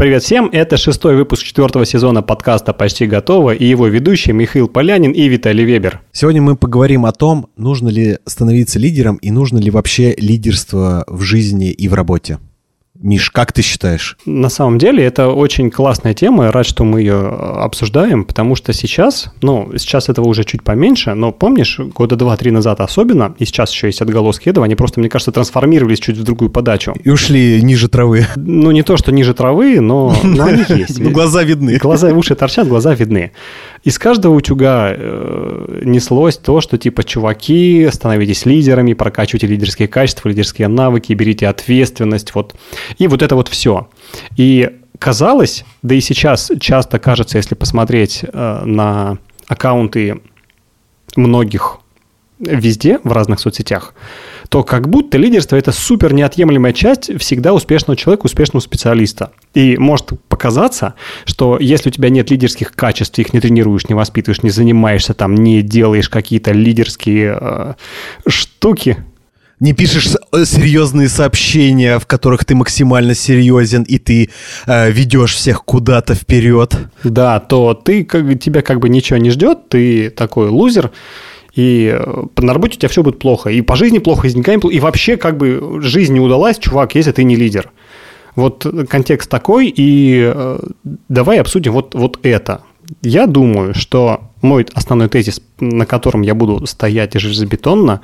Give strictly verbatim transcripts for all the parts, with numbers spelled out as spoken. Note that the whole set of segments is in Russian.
Привет всем, это шестой выпуск четвертого сезона подкаста «Почти готово» и его ведущие Михаил Полянин и Виталий Вебер. Сегодня мы поговорим о том, нужно ли становиться лидером и нужно ли вообще лидерство в жизни и в работе. Миш, как ты считаешь? На самом деле это очень классная тема, я рад, что мы ее обсуждаем, потому что сейчас, ну, сейчас этого уже чуть поменьше, но помнишь, года два-три назад особенно, и сейчас еще есть отголоски этого, они просто, мне кажется, трансформировались чуть в другую подачу. И ушли ниже травы. Ну, не то, что ниже травы, но они есть. Глаза видны. Глаза, уши торчат, глаза видны. Из каждого утюга неслось то, что типа, чуваки, становитесь лидерами, прокачивайте лидерские качества, лидерские навыки, берите ответственность, вот. И вот это вот все. И казалось, да и сейчас часто кажется, если посмотреть э, на аккаунты многих везде, в разных соцсетях, то как будто лидерство – это супер неотъемлемая часть всегда успешного человека, успешного специалиста. И может показаться, что если у тебя нет лидерских качеств, ты их не тренируешь, не воспитываешь, не занимаешься, там, не делаешь какие-то лидерские э, штуки – не пишешь серьезные сообщения, в которых ты максимально серьезен, и ты э, ведешь всех куда-то вперед. Да, то ты, как, тебя как бы ничего не ждет, ты такой лузер, и на работе у тебя все будет плохо, и по жизни плохо, и с деньгами плохо, и вообще как бы жизнь не удалась, чувак, если ты не лидер. Вот контекст такой, и э, давай обсудим вот, вот это. Я думаю, что мой основной тезис, на котором я буду стоять железобетонно,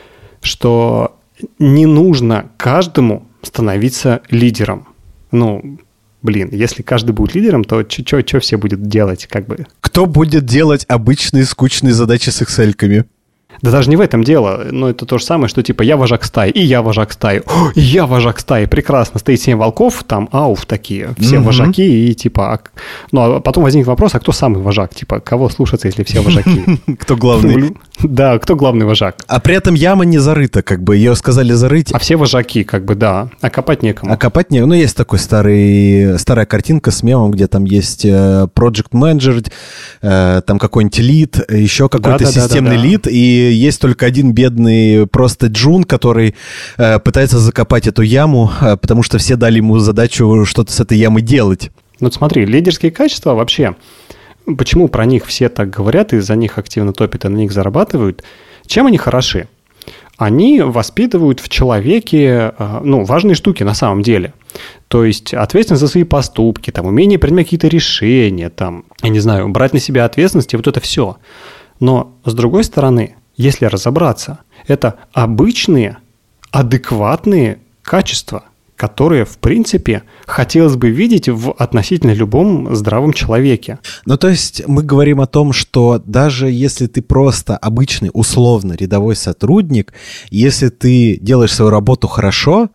что не нужно каждому становиться лидером. Ну, блин, если каждый будет лидером, то что все будет делать, как бы? Кто будет делать обычные скучные задачи с эксельками? Да даже не в этом дело, но это то же самое, что типа я вожак стаи, и я вожак стаи, О, и я вожак стаи, прекрасно, стоит семь волков, там ауф такие, все mm-hmm. вожаки, и типа, а... ну а потом возник вопрос, а кто самый вожак, типа, кого слушаться, если все вожаки? Кто главный? Да, кто главный вожак? А при этом яма не зарыта, как бы, ее сказали зарыть. А все вожаки, как бы, да, а копать некому. А копать некому, ну есть такой старый, старая картинка с мемом, где там есть project manager, там какой-нибудь лид, еще какой-то да, да, системный да, да, да. лид, и есть только один бедный просто джун, который э, пытается закопать эту яму, э, потому что все дали ему задачу что-то с этой ямой делать. Ну, смотри, лидерские качества вообще, почему про них все так говорят и за них активно топят и на них зарабатывают, чем они хороши? Они воспитывают в человеке, э, ну, важные штуки на самом деле. То есть ответственность за свои поступки, там, умение принимать какие-то решения, там, я не знаю, брать на себя ответственность, и вот это все. Но, с другой стороны, если разобраться, это обычные, адекватные качества, которые, в принципе, хотелось бы видеть в относительно любом здравом человеке. Ну, то есть мы говорим о том, что даже если ты просто обычный, условно, рядовой сотрудник, если ты делаешь свою работу хорошо,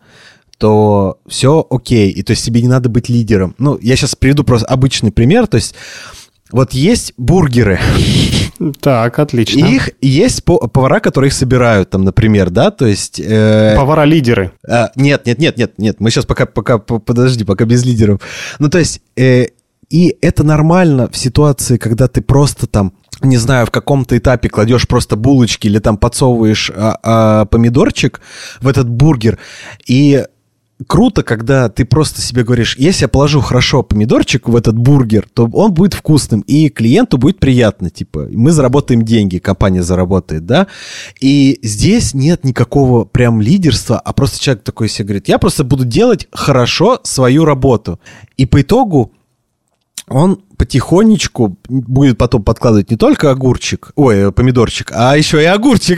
то все окей, и то есть тебе не надо быть лидером. Ну, я сейчас приведу просто обычный пример, то есть вот есть бургеры. Так, отлично. И их есть повара, которые их собирают, там, например, да, то есть... Э, повара-лидеры. Э, нет, нет, нет, нет, нет, мы сейчас пока, пока, подожди, пока без лидеров. Ну, то есть, э, и это нормально в ситуации, когда ты просто там, не знаю, в каком-то этапе кладешь просто булочки или там подсовываешь а, а, помидорчик в этот бургер, и... Круто, когда ты просто себе говоришь, если я положу хорошо помидорчик в этот бургер, то он будет вкусным, и клиенту будет приятно, типа, мы заработаем деньги, компания заработает, да, и здесь нет никакого прям лидерства, а просто человек такой себе говорит, я просто буду делать хорошо свою работу, и по итогу он потихонечку будет потом подкладывать не только огурчик, ой, помидорчик, а еще и огурчик.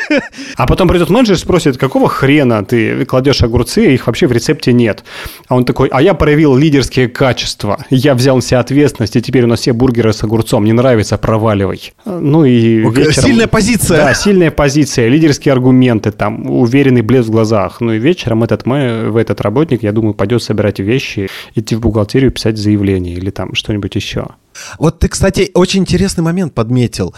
А потом придет менеджер и спросит, какого хрена ты кладешь огурцы, а их вообще в рецепте нет. А он такой, а я проявил лидерские качества, я взял на себя ответственность, и теперь у нас все бургеры с огурцом, не нравится, проваливай. Ну и вечером... Сильная позиция. Да, сильная позиция, лидерские аргументы, там, уверенный блеск в глазах. Ну и вечером этот, мы, этот работник, я думаю, пойдет собирать вещи, идти в бухгалтерию, писать заявление или там что-нибудь еще. Вот ты, кстати, очень интересный момент подметил,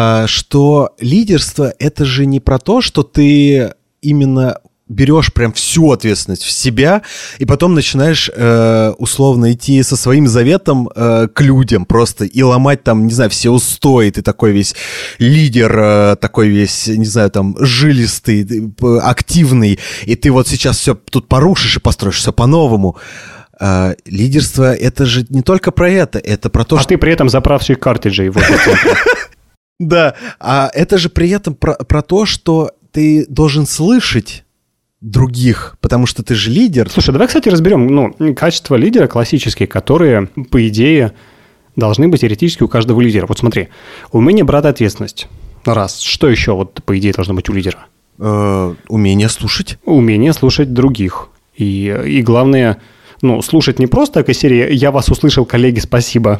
что лидерство – это же не про то, что ты именно берешь прям всю ответственность в себя и потом начинаешь условно идти со своим заветом к людям просто и ломать там, не знаю, все устои. Ты такой весь лидер, такой весь, не знаю, там, жилистый, активный, и ты вот сейчас все тут порушишь и построишь все по-новому. А, лидерство — это же не только про это, это про то, а что... А ты при этом заправщик картриджей. Да, а это же при этом про, про то, что ты должен слышать других, потому что ты же лидер. Слушай, давай, кстати, разберем ну, качества лидера классические, которые, по идее, должны быть теоретически у каждого лидера. Вот смотри, умение брать ответственность. Раз. Что еще, вот, по идее, должно быть у лидера? Э, умение слушать. Умение слушать других. И, и главное, ну, слушать не просто как из серии «Я вас услышал, коллеги, спасибо».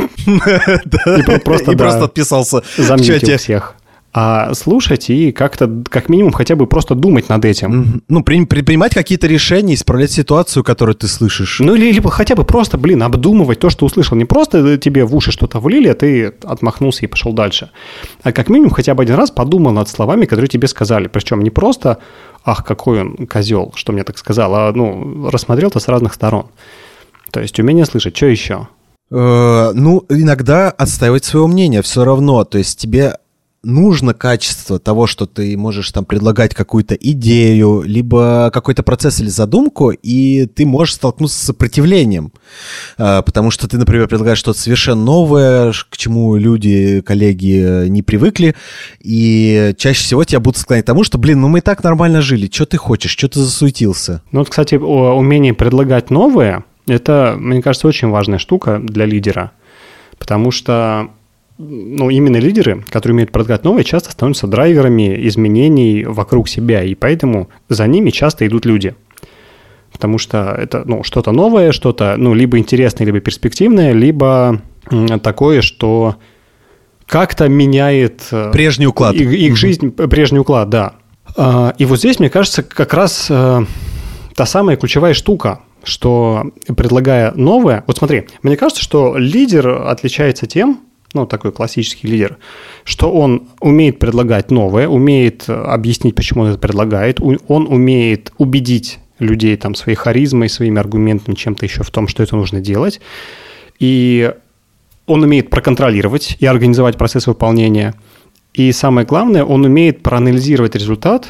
И просто отписался в чате всех. А слушать и как-то, как минимум, хотя бы просто думать над этим. Ну, при, при, принимать какие-то решения, исправлять ситуацию, которую ты слышишь. Ну, или, либо хотя бы просто, блин, обдумывать то, что услышал. Не просто тебе в уши что-то влили, а ты отмахнулся и пошел дальше. А как минимум хотя бы один раз подумал над словами, которые тебе сказали. Причем не просто «ах, какой он козел, что мне так сказал», а ну, рассмотрел это с разных сторон. То есть умение слышать. Что еще? Э, ну, иногда отстаивать свое мнение все равно. То есть тебе... нужно качество того, что ты можешь там предлагать какую-то идею, либо какой-то процесс или задумку, и ты можешь столкнуться с сопротивлением. Потому что ты, например, предлагаешь что-то совершенно новое, к чему люди, коллеги не привыкли, и чаще всего тебя будут склонять к тому, что, блин, ну мы и так нормально жили, что ты хочешь, что ты засуетился? Ну вот, кстати, умение предлагать новое, это, мне кажется, очень важная штука для лидера, потому что ну, именно лидеры, которые умеют предлагать новое, часто становятся драйверами изменений вокруг себя, и поэтому за ними часто идут люди. Потому что это ну, что-то новое, что-то ну, либо интересное, либо перспективное, либо такое, что как-то меняет прежний уклад. Их, их жизнь, прежний уклад, да. И вот здесь, мне кажется, как раз та самая ключевая штука, что предлагая новое... Вот смотри, мне кажется, что лидер отличается тем, ну, такой классический лидер, что он умеет предлагать новое, умеет объяснить, почему он это предлагает, он умеет убедить людей там, своей харизмой, своими аргументами, чем-то еще в том, что это нужно делать, и он умеет проконтролировать и организовать процесс выполнения, и самое главное, он умеет проанализировать результат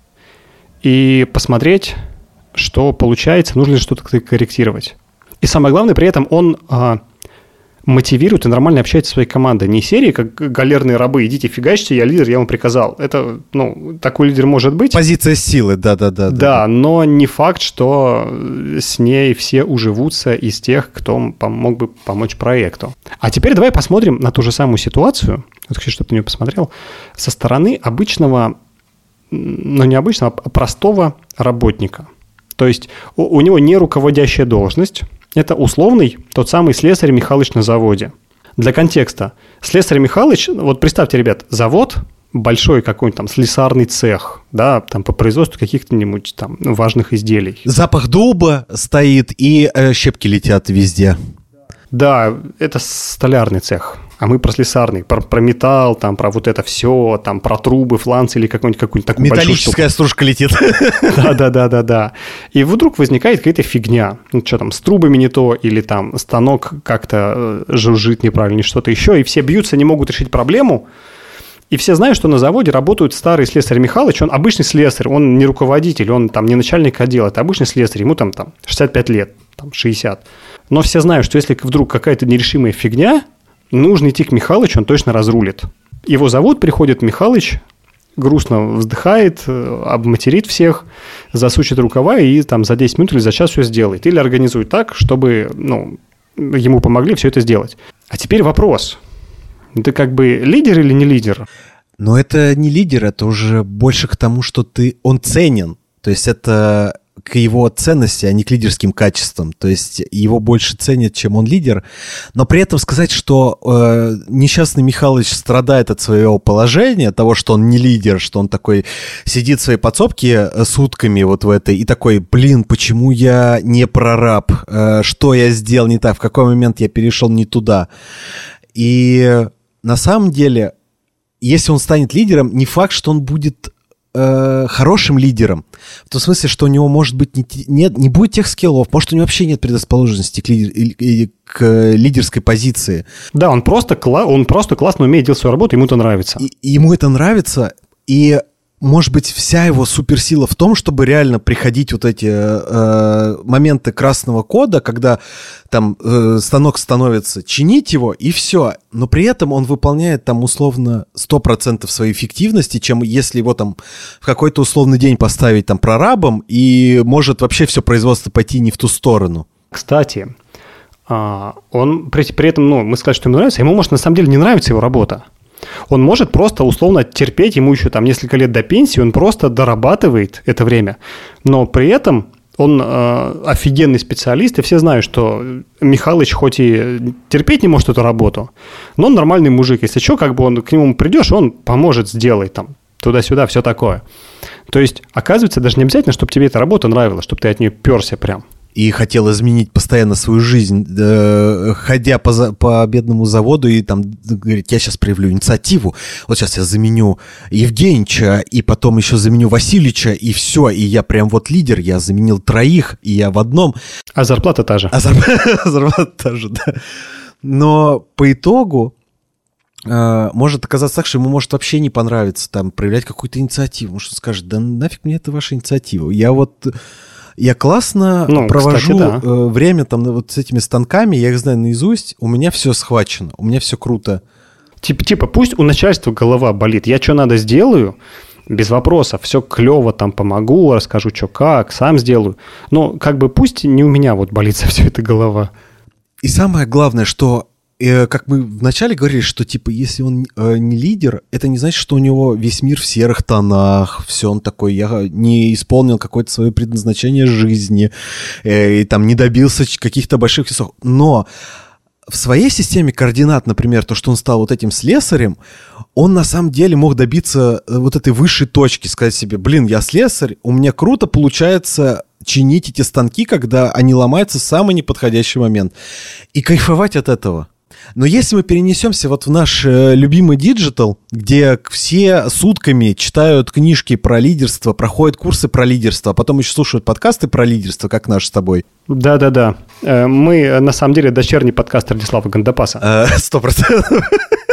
и посмотреть, что получается, нужно ли что-то корректировать. И самое главное, при этом он... мотивирует и нормально общается со своей командой. Не серии, как галерные рабы, идите фигачьте, я лидер, я вам приказал. Это, ну, такой лидер может быть. Позиция силы, да-да-да. Да, но не факт, что с ней все уживутся из тех, кто мог бы помочь проекту. А теперь давай посмотрим на ту же самую ситуацию, вот хочу, чтобы ты на нее посмотрел, со стороны обычного, ну, не обычного, а простого работника. То есть у, у него не руководящая должность. Это условный, тот самый Слесарь Михайлович на заводе. Для контекста. Слесарь Михайлович, вот представьте, ребят, завод, большой какой-нибудь там слесарный цех, да, там по производству каких-нибудь там важных изделий. Запах дуба стоит, и э, щепки летят везде. Да, это столярный цех, а мы про слесарный, про, про металл, там, про вот это все, там, про трубы, фланцы или какую-нибудь, какую-нибудь такую металлическая стружка летит. Да-да-да-да-да. И вдруг возникает какая-то фигня. Ну, что там, с трубами не то, или там станок как-то жужжит неправильно, что-то еще, и все бьются, не могут решить проблему. И все знают, что на заводе работает старый слесарь Михайлович, он обычный слесарь, он не руководитель, он там не начальник отдела, это обычный слесарь, ему там, там шестьдесят пять лет, там шестьдесят. Но все знают, что если вдруг какая-то нерешимая фигня, нужно идти к Михалычу, он точно разрулит. Его зовут, приходит Михалыч, грустно вздыхает, обматерит всех, засучит рукава и там за десять минут или за час все сделает. Или организует так, чтобы ну, ему помогли все это сделать. А теперь вопрос. Ты как бы лидер или не лидер? Но это не лидер, это уже больше к тому, что ты, он ценен. То есть это к его ценности, а не к лидерским качествам. То есть его больше ценят, чем он лидер. Но при этом сказать, что э, несчастный Михалыч страдает от своего положения, от того, что он не лидер, что он такой сидит в своей подсобке сутками вот в этой и такой, блин, почему я не прораб? Э, что я сделал не так? В какой момент я перешел не туда? И на самом деле, если он станет лидером, не факт, что он будет э, хорошим лидером. В том смысле, что у него, может быть, не, нет, не будет тех скиллов, может, у него вообще нет предрасположенности к, лидер, к лидерской позиции. Да, он просто, он просто классно умеет делать свою работу, ему это нравится. И, ему это нравится, и может быть, вся его суперсила в том, чтобы реально приходить вот эти э, моменты красного кода, когда там э, станок становится, чинить его, и все. Но при этом он выполняет там условно сто процентов своей эффективности, чем если его там в какой-то условный день поставить там прорабом, и может вообще все производство пойти не в ту сторону. Кстати, он при, при этом, ну, мы сказали, что ему нравится, ему, может, на самом деле не нравится его работа. Он может просто условно терпеть, ему еще там несколько лет до пенсии, он просто дорабатывает это время. Но при этом он э, офигенный специалист, и все знают, что Михалыч хоть и терпеть не может эту работу, но он нормальный мужик. Если что, как бы он к нему придешь, он поможет сделать там туда-сюда, все такое. То есть, оказывается, даже не обязательно, чтобы тебе эта работа нравилась, чтобы ты от нее перся прям. И хотел изменить постоянно свою жизнь, э, ходя по, за, по бедному заводу и там говорит, я сейчас проявлю инициативу, вот сейчас я заменю Евгеньевича, и потом еще заменю Васильевича, и все, и я прям вот лидер, я заменил троих, и я в одном. А зарплата та же. А зарплата, зарплата та же, да. Но по итогу э, может оказаться так, что ему может вообще не понравиться там проявлять какую-то инициативу. Может, он скажет, да нафиг мне это ваша инициатива. Я вот... Я классно ну, провожу кстати, да. время там вот с этими станками, я их знаю наизусть, у меня все схвачено, у меня все круто. Типа, типа пусть у начальства голова болит, я что надо сделаю, без вопросов, все клево, там помогу, расскажу, что как, сам сделаю. Но как бы пусть не у меня вот болит со все это голова. И самое главное, что как мы вначале говорили, что типа если он э, не лидер, это не значит, что у него весь мир в серых тонах, все он такой, я не исполнил какое-то свое предназначение жизни, э, и там не добился каких-то больших весов. Но в своей системе координат, например, то, что он стал вот этим слесарем, он на самом деле мог добиться вот этой высшей точки, сказать себе, блин, я слесарь, у меня круто получается чинить эти станки, когда они ломаются в самый неподходящий момент, и кайфовать от этого. Но если мы перенесемся вот в наш э, любимый диджитал, где все сутками читают книжки про лидерство, проходят курсы про лидерство, а потом еще слушают подкасты про лидерство, как наш с тобой. Да-да-да. Э, мы, на самом деле, дочерний подкаст Радислава Гандапаса. Сто процентов.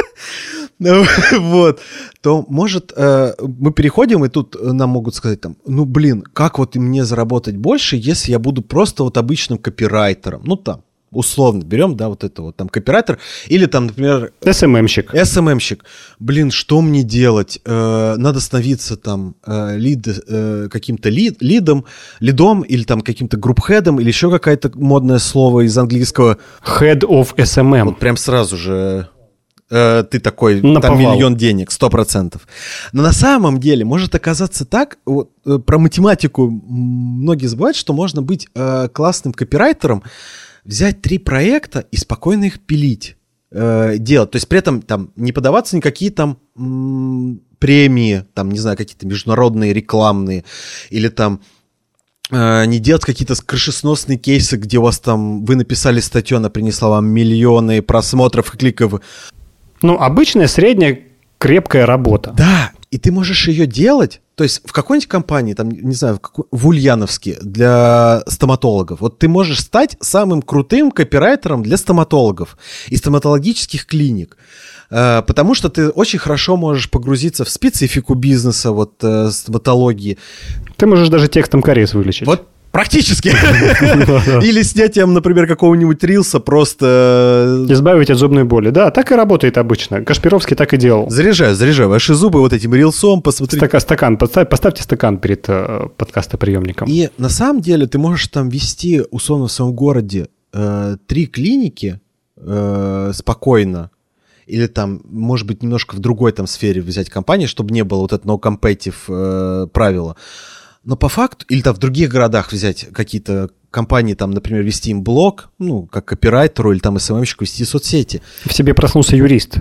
Вот. То, может, мы переходим, и тут нам могут сказать там, ну, блин, как вот мне заработать больше, если я буду просто вот обычным копирайтером? Ну, там. Условно берем, да, вот это вот там копирайтер или там, например... эс эм эм-щик. эс эм эм-щик. Блин, что мне делать? Э, надо становиться там э, лид, э, каким-то лид, лидом, лидом или там каким-то групп-хедом или еще какое-то модное слово из английского. Head of эс эм эм. Вот прям сразу же э, ты такой, наповал. Там миллион денег, сто процентов. Но на самом деле может оказаться так, вот, э, про математику многие забывают, что можно быть э, классным копирайтером, взять три проекта и спокойно их пилить, э, делать. То есть при этом там не подаваться никакие там м- премии, там, не знаю, какие-то международные, рекламные, или там э, не делать какие-то крышесносные кейсы, где у вас там, вы написали статью, она принесла вам миллионы просмотров и кликов. Ну, обычная средняя крепкая работа. Да, и ты можешь ее делать, то есть в какой-нибудь компании, там, не знаю, в, какой, в Ульяновске для стоматологов, вот ты можешь стать самым крутым копирайтером для стоматологов и стоматологических клиник, э, потому что ты очень хорошо можешь погрузиться в специфику бизнеса, вот, э, стоматологии. Ты можешь даже текстом кариес вылечить. Вот практически. Или снятием, например, какого-нибудь рилса просто... Избавить от зубной боли. Да, так и работает обычно. Кашпировский так и делал. Заряжаю, заряжаю ваши зубы вот этим рилсом, посмотрите. Стакан, стакан поставь, поставьте стакан перед э, подкастоприемником. И на самом деле ты можешь там вести, условно, в своем городе э, три клиники э, спокойно, или там, может быть, немножко в другой там сфере взять компанию, чтобы не было вот это no competitive э, правила. Но по факту, или там в других городах взять какие-то компании, там, например, вести им блог, ну, как копирайтеру, или там эс эм эм-щику вести соцсети. В себе проснулся юрист.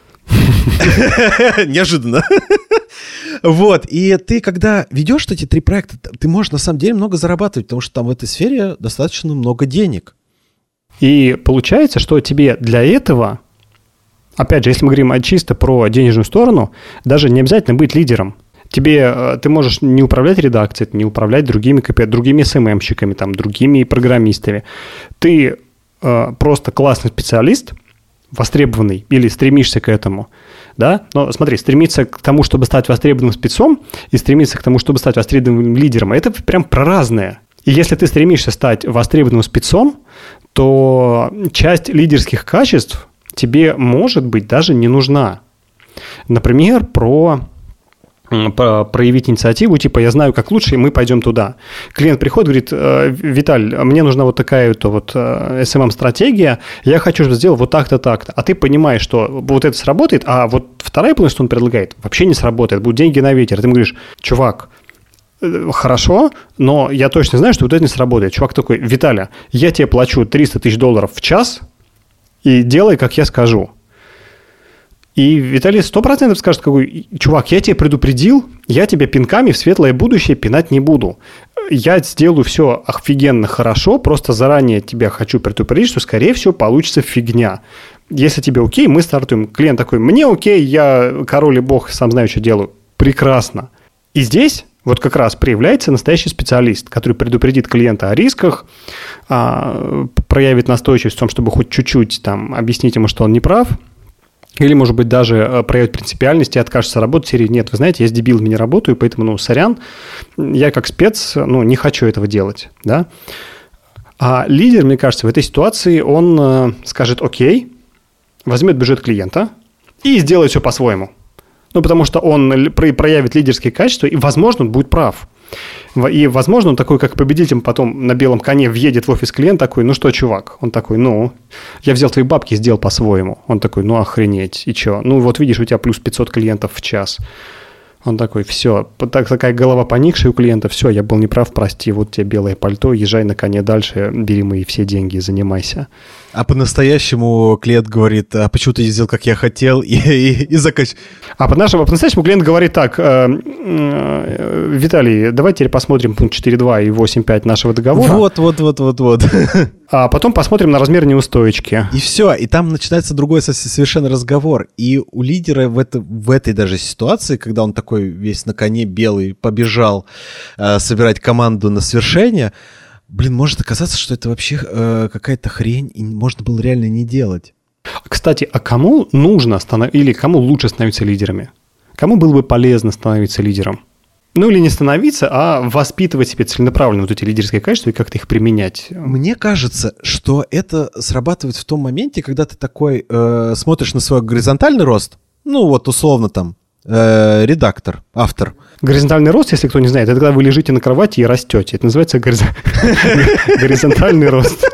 Неожиданно. Вот, и ты, когда ведешь эти три проекта, ты можешь, на самом деле, много зарабатывать, потому что там в этой сфере достаточно много денег. И получается, что тебе для этого, опять же, если мы говорим чисто про денежную сторону, даже не обязательно быть лидером. Тебе, ты можешь не управлять редакцией, не управлять другими, другими эс эм эм-щиками, там, другими программистами. Ты э, просто классный специалист, востребованный, или стремишься к этому, да? Но смотри, стремиться к тому, чтобы стать востребованным спецом, и стремиться к тому, чтобы стать востребованным лидером, это прям про разное. И если ты стремишься стать востребованным спецом, то часть лидерских качеств тебе, может быть, даже не нужна. Например, про... проявить инициативу, типа, я знаю, как лучше, и мы пойдем туда. Клиент приходит, говорит, Виталь, мне нужна вот такая-то вот эс эм эм-стратегия, я хочу, чтобы сделал вот так-то, так-то. А ты понимаешь, что вот это сработает, а вот вторая половина, что он предлагает, вообще не сработает, будут деньги на ветер. Ты ему говоришь, чувак, хорошо, но я точно знаю, что вот это не сработает. Чувак такой, Виталя, я тебе плачу триста тысяч долларов в час, и делай, как я скажу. И Виталий сто процентов скажет, какой, чувак, я тебя предупредил, я тебя пинками в светлое будущее пинать не буду. Я сделаю все офигенно хорошо, просто заранее тебя хочу предупредить, что, скорее всего, получится фигня. Если тебе окей, мы стартуем. Клиент такой, мне окей, я король и бог, сам знаю, что делаю. Прекрасно. И здесь вот как раз проявляется настоящий специалист, который предупредит клиента о рисках, проявит настойчивость в том, чтобы хоть чуть-чуть там объяснить ему, что он не прав. Или, может быть, даже проявит принципиальность и откажется работать в серии «Нет, вы знаете, я с дебилами не работаю, поэтому, ну, сорян, я как спец, ну, не хочу этого делать», да. А лидер, мне кажется, в этой ситуации, он э, скажет «Окей», возьмет бюджет клиента и сделает все по-своему. Ну, потому что он проявит лидерские качества, и, возможно, он будет прав. И, возможно, он такой, как победитель, потом на белом коне въедет в офис клиента, такой, ну что, чувак? Он такой, ну, я взял твои бабки и сделал по-своему. Он такой, ну, охренеть, и что? Ну, вот видишь, у тебя плюс пятьсот клиентов в час. Он такой, все, так, такая голова поникшая у клиента, все, я был неправ, прости, вот тебе белое пальто, езжай на коне дальше, бери мои все деньги, занимайся. А по-настоящему клиент говорит, а почему ты не сделал, как я хотел, и, и, и закачивает. А по-нашему, по-настоящему клиент говорит так, э, э, Виталий, давай теперь посмотрим пункт четыре точка два и восемь точка пять нашего договора. Вот, вот, вот, вот, вот. А потом посмотрим на размер неустойки. И все, и там начинается другой совершенно разговор. И у лидера в, это, в этой даже ситуации, когда он такой весь на коне белый побежал э, собирать команду на свершение, блин, может оказаться, что это вообще э, какая-то хрень, и можно было реально не делать. Кстати, а кому нужно становиться, или кому лучше становиться лидерами? Кому было бы полезно становиться лидером? Ну, или не становиться, а воспитывать себе целенаправленно вот эти лидерские качества и как-то их применять. Мне кажется, что это срабатывает в том моменте, когда ты такой э, смотришь на свой горизонтальный рост, ну, вот условно там, э, редактор, автор. Горизонтальный рост, если кто не знает, это когда вы лежите на кровати и растете. Это называется горизонтальный рост.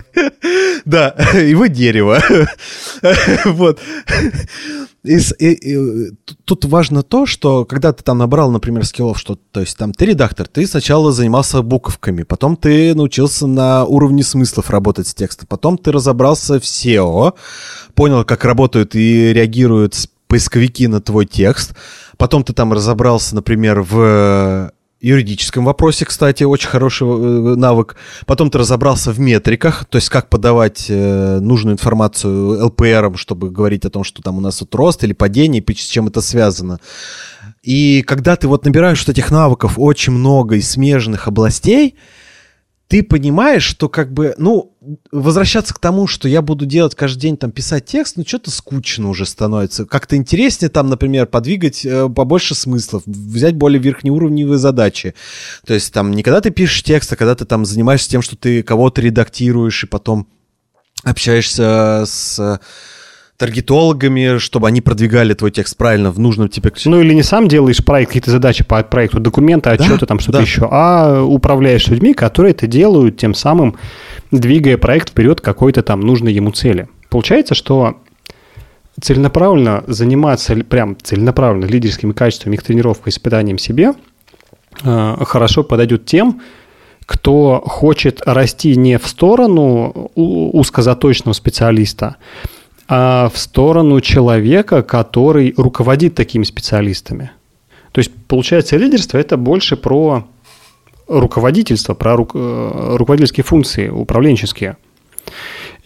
Да, и вы дерево. Вот. И, и, и, тут важно то, что когда ты там набрал, например, скиллов, что, то есть там ты редактор, ты сначала занимался буковками, потом ты научился на уровне смыслов работать с текстом, потом ты разобрался в сео, понял, как работают и реагируют поисковики на твой текст, потом ты там разобрался, например, в юридическом вопросе, кстати, очень хороший навык. Потом ты разобрался в метриках, то есть как подавать э, нужную информацию эл пи ар, чтобы говорить о том, что там у нас вот рост или падение, и с чем это связано. И когда ты вот набираешь вот этих навыков очень много из смежных областей, ты понимаешь, что как бы, ну, возвращаться к тому, что я буду делать каждый день, там, писать текст, ну, что-то скучно уже становится. Как-то интереснее там, например, подвигать э, побольше смыслов, взять более верхнеуровневые задачи. То есть там не когда ты пишешь текст, а когда ты там занимаешься тем, что ты кого-то редактируешь и потом общаешься с таргетологами, чтобы они продвигали твой текст правильно в нужном тебе... Ну, или не сам делаешь проект, какие-то задачи по проекту, документы, отчеты, да, там что-то да. еще, а управляешь людьми, которые это делают, тем самым двигая проект вперед к какой-то там нужной ему цели. Получается, что целенаправленно заниматься, прям целенаправленно лидерскими качествами, их тренировкой, испытанием себе э, хорошо подойдет тем, кто хочет расти не в сторону узкозаточного специалиста, а в сторону человека, который руководит такими специалистами. То есть, получается, лидерство – это больше про руководительство, про ру- руководительские функции, управленческие.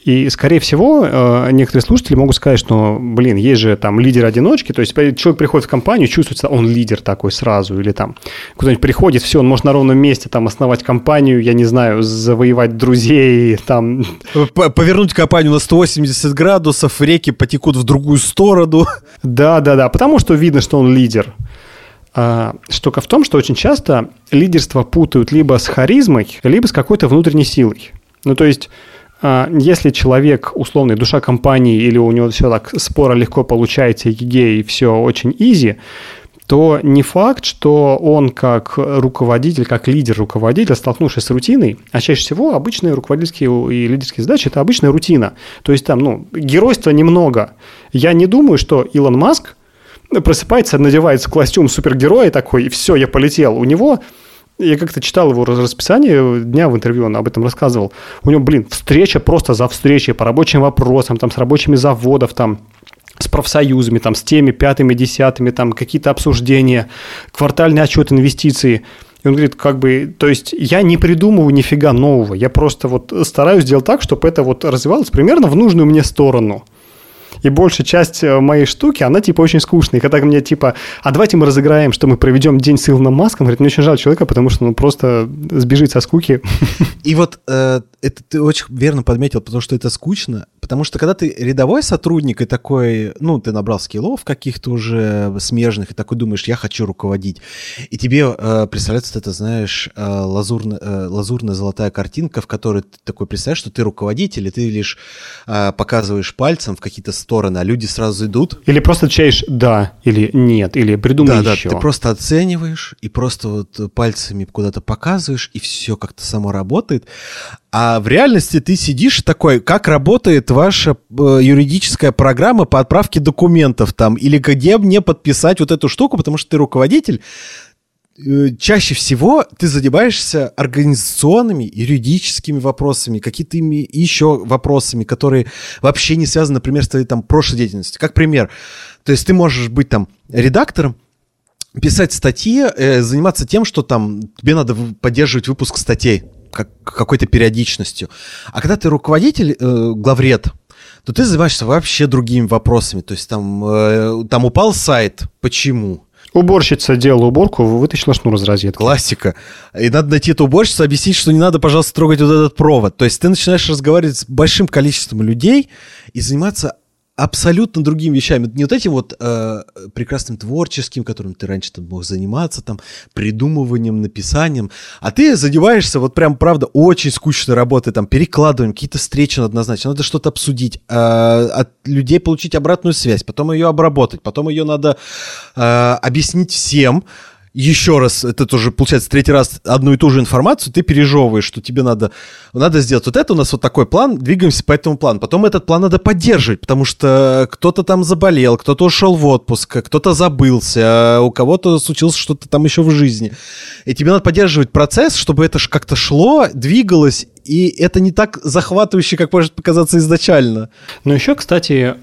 И, скорее всего, некоторые слушатели могут сказать, что, блин, есть же там лидеры-одиночки, то есть человек приходит в компанию, чувствуется, он лидер такой сразу, или там куда-нибудь приходит, все, он может на ровном месте там основать компанию, я не знаю, завоевать друзей, там... Повернуть компанию на сто восемьдесят градусов, реки потекут в другую сторону. Да-да-да, потому что видно, что он лидер. А, штука в том, что очень часто лидерство путают либо с харизмой, либо с какой-то внутренней силой. Ну, то есть... Если человек, условный, душа компании, или у него все так споро легко получается, и все очень изи, то не факт, что он как руководитель, как лидер-руководитель, столкнувшись с рутиной, а чаще всего обычные руководительские и лидерские задачи – это обычная рутина. То есть там, ну, геройства немного. Я не думаю, что Илон Маск просыпается, надевается костюм супергероя такой, и все, я полетел. У него... Я как-то читал его расписание дня в интервью, он об этом рассказывал. У него, блин, встреча просто за встречей по рабочим вопросам, там, с рабочими заводов, там, с профсоюзами, там, с теми пятыми, десятыми, там, какие-то обсуждения, квартальный отчет инвестиций. И он говорит, как бы, то есть я не придумываю нифига нового, я просто вот стараюсь сделать так, чтобы это вот развивалось примерно в нужную мне сторону. И большая часть моей штуки, она типа очень скучная. И когда мне типа, а давайте мы разыграем, что мы проведем день с Илоном Маском, говорит, мне очень жаль человека, потому что он просто сбежит со скуки. И вот э, это ты очень верно подметил, потому что это скучно. Потому что когда ты рядовой сотрудник и такой, ну, ты набрал скиллов каких-то уже смежных, и такой думаешь, я хочу руководить. И тебе э, представляется, это, знаешь, э, лазурно, э, лазурная золотая картинка, в которой ты такой представляешь, что ты руководитель, и ты лишь э, показываешь пальцем в какие-то стороны, а люди сразу идут. Или просто отвечаешь «да» или «нет», или «придумай да, еще». Да, ты просто оцениваешь и просто вот пальцами куда-то показываешь, и все как-то само работает. А в реальности ты сидишь такой, как работает ваша э, юридическая программа по отправке документов там, или где мне подписать вот эту штуку, потому что ты руководитель. Э, чаще всего ты задеваешься организационными, юридическими вопросами, какими-то еще вопросами, которые вообще не связаны, например, с твоей там прошлой деятельностью. Как пример, то есть ты можешь быть там редактором, писать статьи, э, заниматься тем, что там тебе надо поддерживать выпуск статей как, какой-то периодичностью. А когда ты руководитель, э, главред, то ты занимаешься вообще другими вопросами. То есть там, э, там упал сайт. Почему? Уборщица делала уборку, вытащила шнур из розетки. Классика. И надо найти эту уборщицу, объяснить, что не надо, пожалуйста, трогать вот этот провод. То есть ты начинаешь разговаривать с большим количеством людей и заниматься абсолютно другими вещами. Не вот этим вот э, прекрасным творческим, которым ты раньше там мог заниматься, там, придумыванием, написанием, а ты задеваешься, вот прям, правда, очень скучной работой, там, перекладыванием, какие-то встречи надо назначить, надо что-то обсудить, э, от людей получить обратную связь, потом ее обработать, потом ее надо э, объяснить всем. Еще раз, это тоже, получается, третий раз одну и ту же информацию ты пережевываешь, что тебе надо, надо сделать вот это, у нас вот такой план, двигаемся по этому плану. Потом этот план надо поддерживать, потому что кто-то там заболел, кто-то ушел в отпуск, кто-то забылся, у кого-то случилось что-то там еще в жизни. И тебе надо поддерживать процесс, чтобы это как-то шло, двигалось, и это не так захватывающе, как может показаться изначально. Но еще, кстати,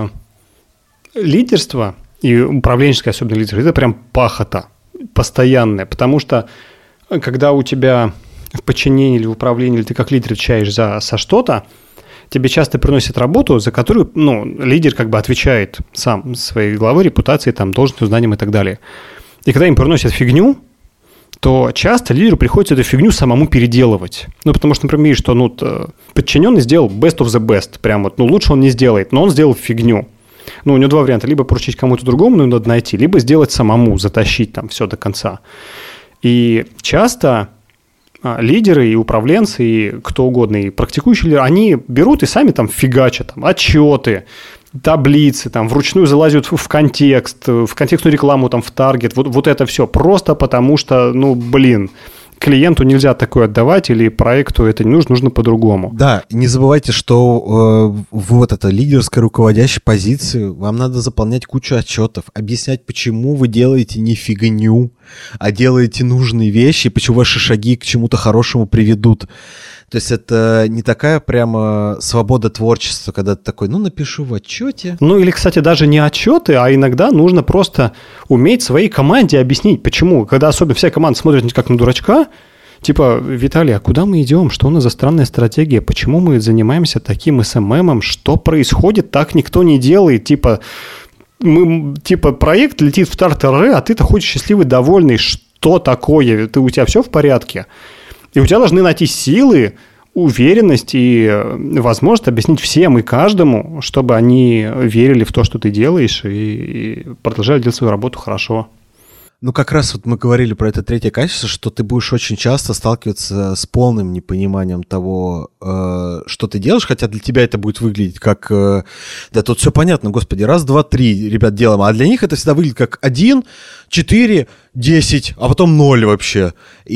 лидерство и управленческое, особенно лидерство, это прям пахота. Постоянное, потому что когда у тебя в подчинении или в управлении, или ты как лидер отвечаешь за, за что-то, тебе часто приносят работу, за которую, ну, лидер как бы отвечает сам своей главой, репутацией, там, должностью, знанием и так далее. И когда им приносят фигню, то часто лидеру приходится эту фигню самому переделывать. Ну, потому что, например, что ну, подчиненный сделал best of the best, прям вот, ну, лучше он не сделает, но он сделал фигню. Ну, у него два варианта. Либо поручить кому-то другому, но надо найти, либо сделать самому, затащить там все до конца. И часто а, лидеры и управленцы, и кто угодно, и практикующие лидеры, они берут и сами там фигачат там, отчеты, таблицы, там, вручную залазят в контекст, в контекстную рекламу, там, в таргет. Вот, вот это все просто потому что, ну, блин, клиенту нельзя такое отдавать, или проекту это не нужно, нужно по-другому. Да, не забывайте, что э, вот эта лидерская руководящая позиция, вам надо заполнять кучу отчетов, объяснять, почему вы делаете не фигню, а делаете нужные вещи, почему ваши шаги к чему-то хорошему приведут. То есть это не такая прямо свобода творчества, когда ты такой, ну, напишу в отчете. Ну, или, кстати, даже не отчеты, а иногда нужно просто уметь своей команде объяснить, почему. Когда особенно вся команда смотрит как на дурачка, Типа, Виталий, а куда мы идем? Что у нас за странная стратегия? Почему мы занимаемся таким эс эм эм? Что происходит? Так никто не делает. Типа, мы, типа проект летит в тартары, а ты-то ходишь счастливый, довольный. Что такое? Ты, у тебя все в порядке? И у тебя должны найти силы, уверенность и возможность объяснить всем и каждому, чтобы они верили в то, что ты делаешь, и, и продолжали делать свою работу хорошо. Ну, как раз вот мы говорили про это третье качество, что ты будешь очень часто сталкиваться с полным непониманием того, э, что ты делаешь, хотя для тебя это будет выглядеть как... Э, да тут все понятно, господи, раз, два, три, ребят, делаем. А для них это всегда выглядит как один, четыре, десять, а потом ноль вообще.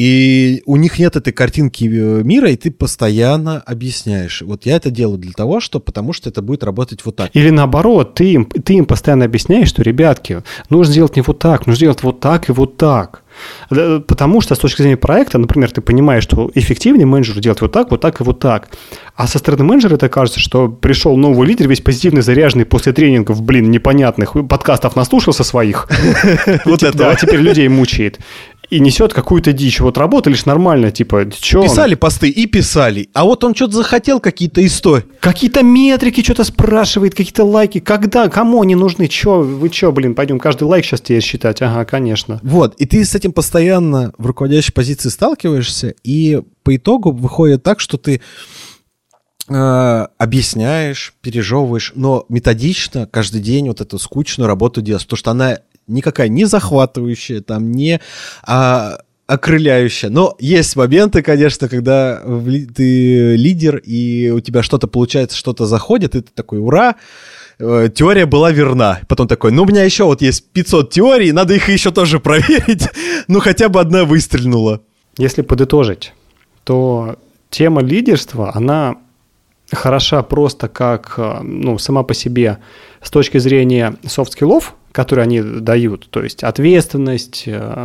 И у них нет этой картинки мира, и ты постоянно объясняешь. Вот я это делаю для того, что, потому что это будет работать вот так. Или наоборот, ты им, ты им постоянно объясняешь, что, ребятки, нужно сделать не вот так, нужно сделать вот так и вот так. Потому что с точки зрения проекта, например, ты понимаешь, что эффективнее менеджеру делать вот так, вот так и вот так. А со стороны менеджера это кажется, что пришел новый лидер, весь позитивно заряженный после тренингов, блин, непонятных, подкастов наслушался своих. Вот это. А теперь людей мучает. И несет какую-то дичь. Вот работа лишь нормально, типа, что писали он? Посты и писали. А вот он что-то захотел, какие-то истории. Какие-то метрики что-то спрашивает, какие-то лайки. Когда? Кому они нужны? Че? Вы что, блин, пойдем каждый лайк сейчас тебе считать? Ага, конечно. Вот, и ты с этим постоянно в руководящей позиции сталкиваешься, и по итогу выходит так, что ты э, объясняешь, пережевываешь, но методично каждый день вот эту скучную работу делаешь, потому что она никакая не захватывающая, там, не а, окрыляющая. Но есть моменты, конечно, когда ты лидер, и у тебя что-то получается, что-то заходит, и ты такой, ура, теория была верна. Потом такой, ну, у меня еще вот есть пятьсот теорий, надо их еще тоже проверить. Ну, хотя бы одна выстрельнула. Если подытожить, то тема лидерства, она хороша просто как, ну, сама по себе с точки зрения софт-скиллов, которые они дают, то есть ответственность,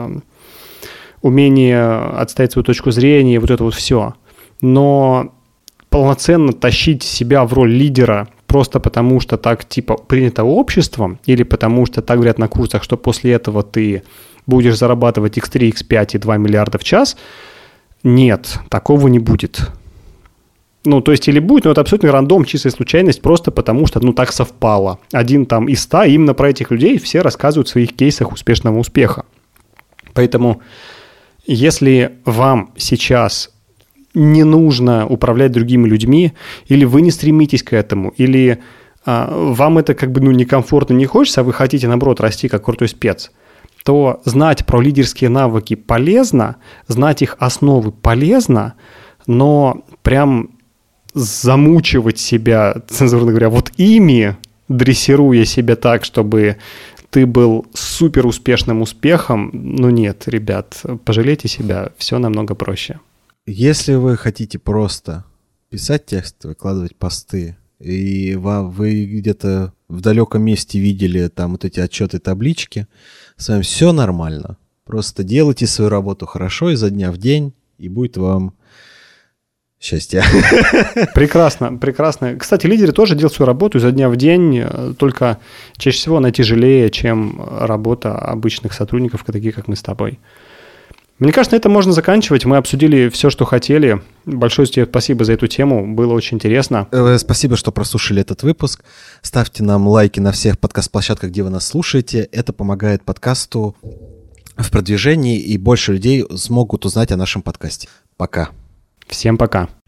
умение отстоять свою точку зрения, вот это вот все. Но полноценно тащить себя в роль лидера просто потому, что так типа принято обществом, или потому что так говорят на курсах, что после этого ты будешь зарабатывать икс три, икс пять и два миллиарда в час, нет, такого не будет. Ну, то есть, или будет, но это абсолютно рандом, чистая случайность, просто потому что, ну, так совпало. Один там из ста, именно про этих людей все рассказывают в своих кейсах успешного успеха. Поэтому, если вам сейчас не нужно управлять другими людьми, или вы не стремитесь к этому, или а, вам это как бы, ну, некомфортно, не хочется, а вы хотите, наоборот, расти как крутой спец, то знать про лидерские навыки полезно, знать их основы полезно, но прям замучивать себя, цензурно говоря, вот ими, дрессируя себя так, чтобы ты был супер успешным успехом, ну нет, ребят, пожалейте себя, все намного проще. Если вы хотите просто писать текст, выкладывать посты, и вы где-то в далеком месте видели там вот эти отчеты, таблички, с вами все нормально. Просто делайте свою работу хорошо изо дня в день, и будет вам счастье. Прекрасно, прекрасно. Кстати, лидеры тоже делают свою работу изо дня в день, только чаще всего она тяжелее, чем работа обычных сотрудников, таких как мы с тобой. Мне кажется, на этом можно заканчивать. Мы обсудили все, что хотели. Большое тебе спасибо за эту тему. Было очень интересно. Спасибо, что прослушали этот выпуск. Ставьте нам лайки на всех подкаст-площадках, где вы нас слушаете. Это помогает подкасту в продвижении, и больше людей смогут узнать о нашем подкасте. Пока. Всем пока.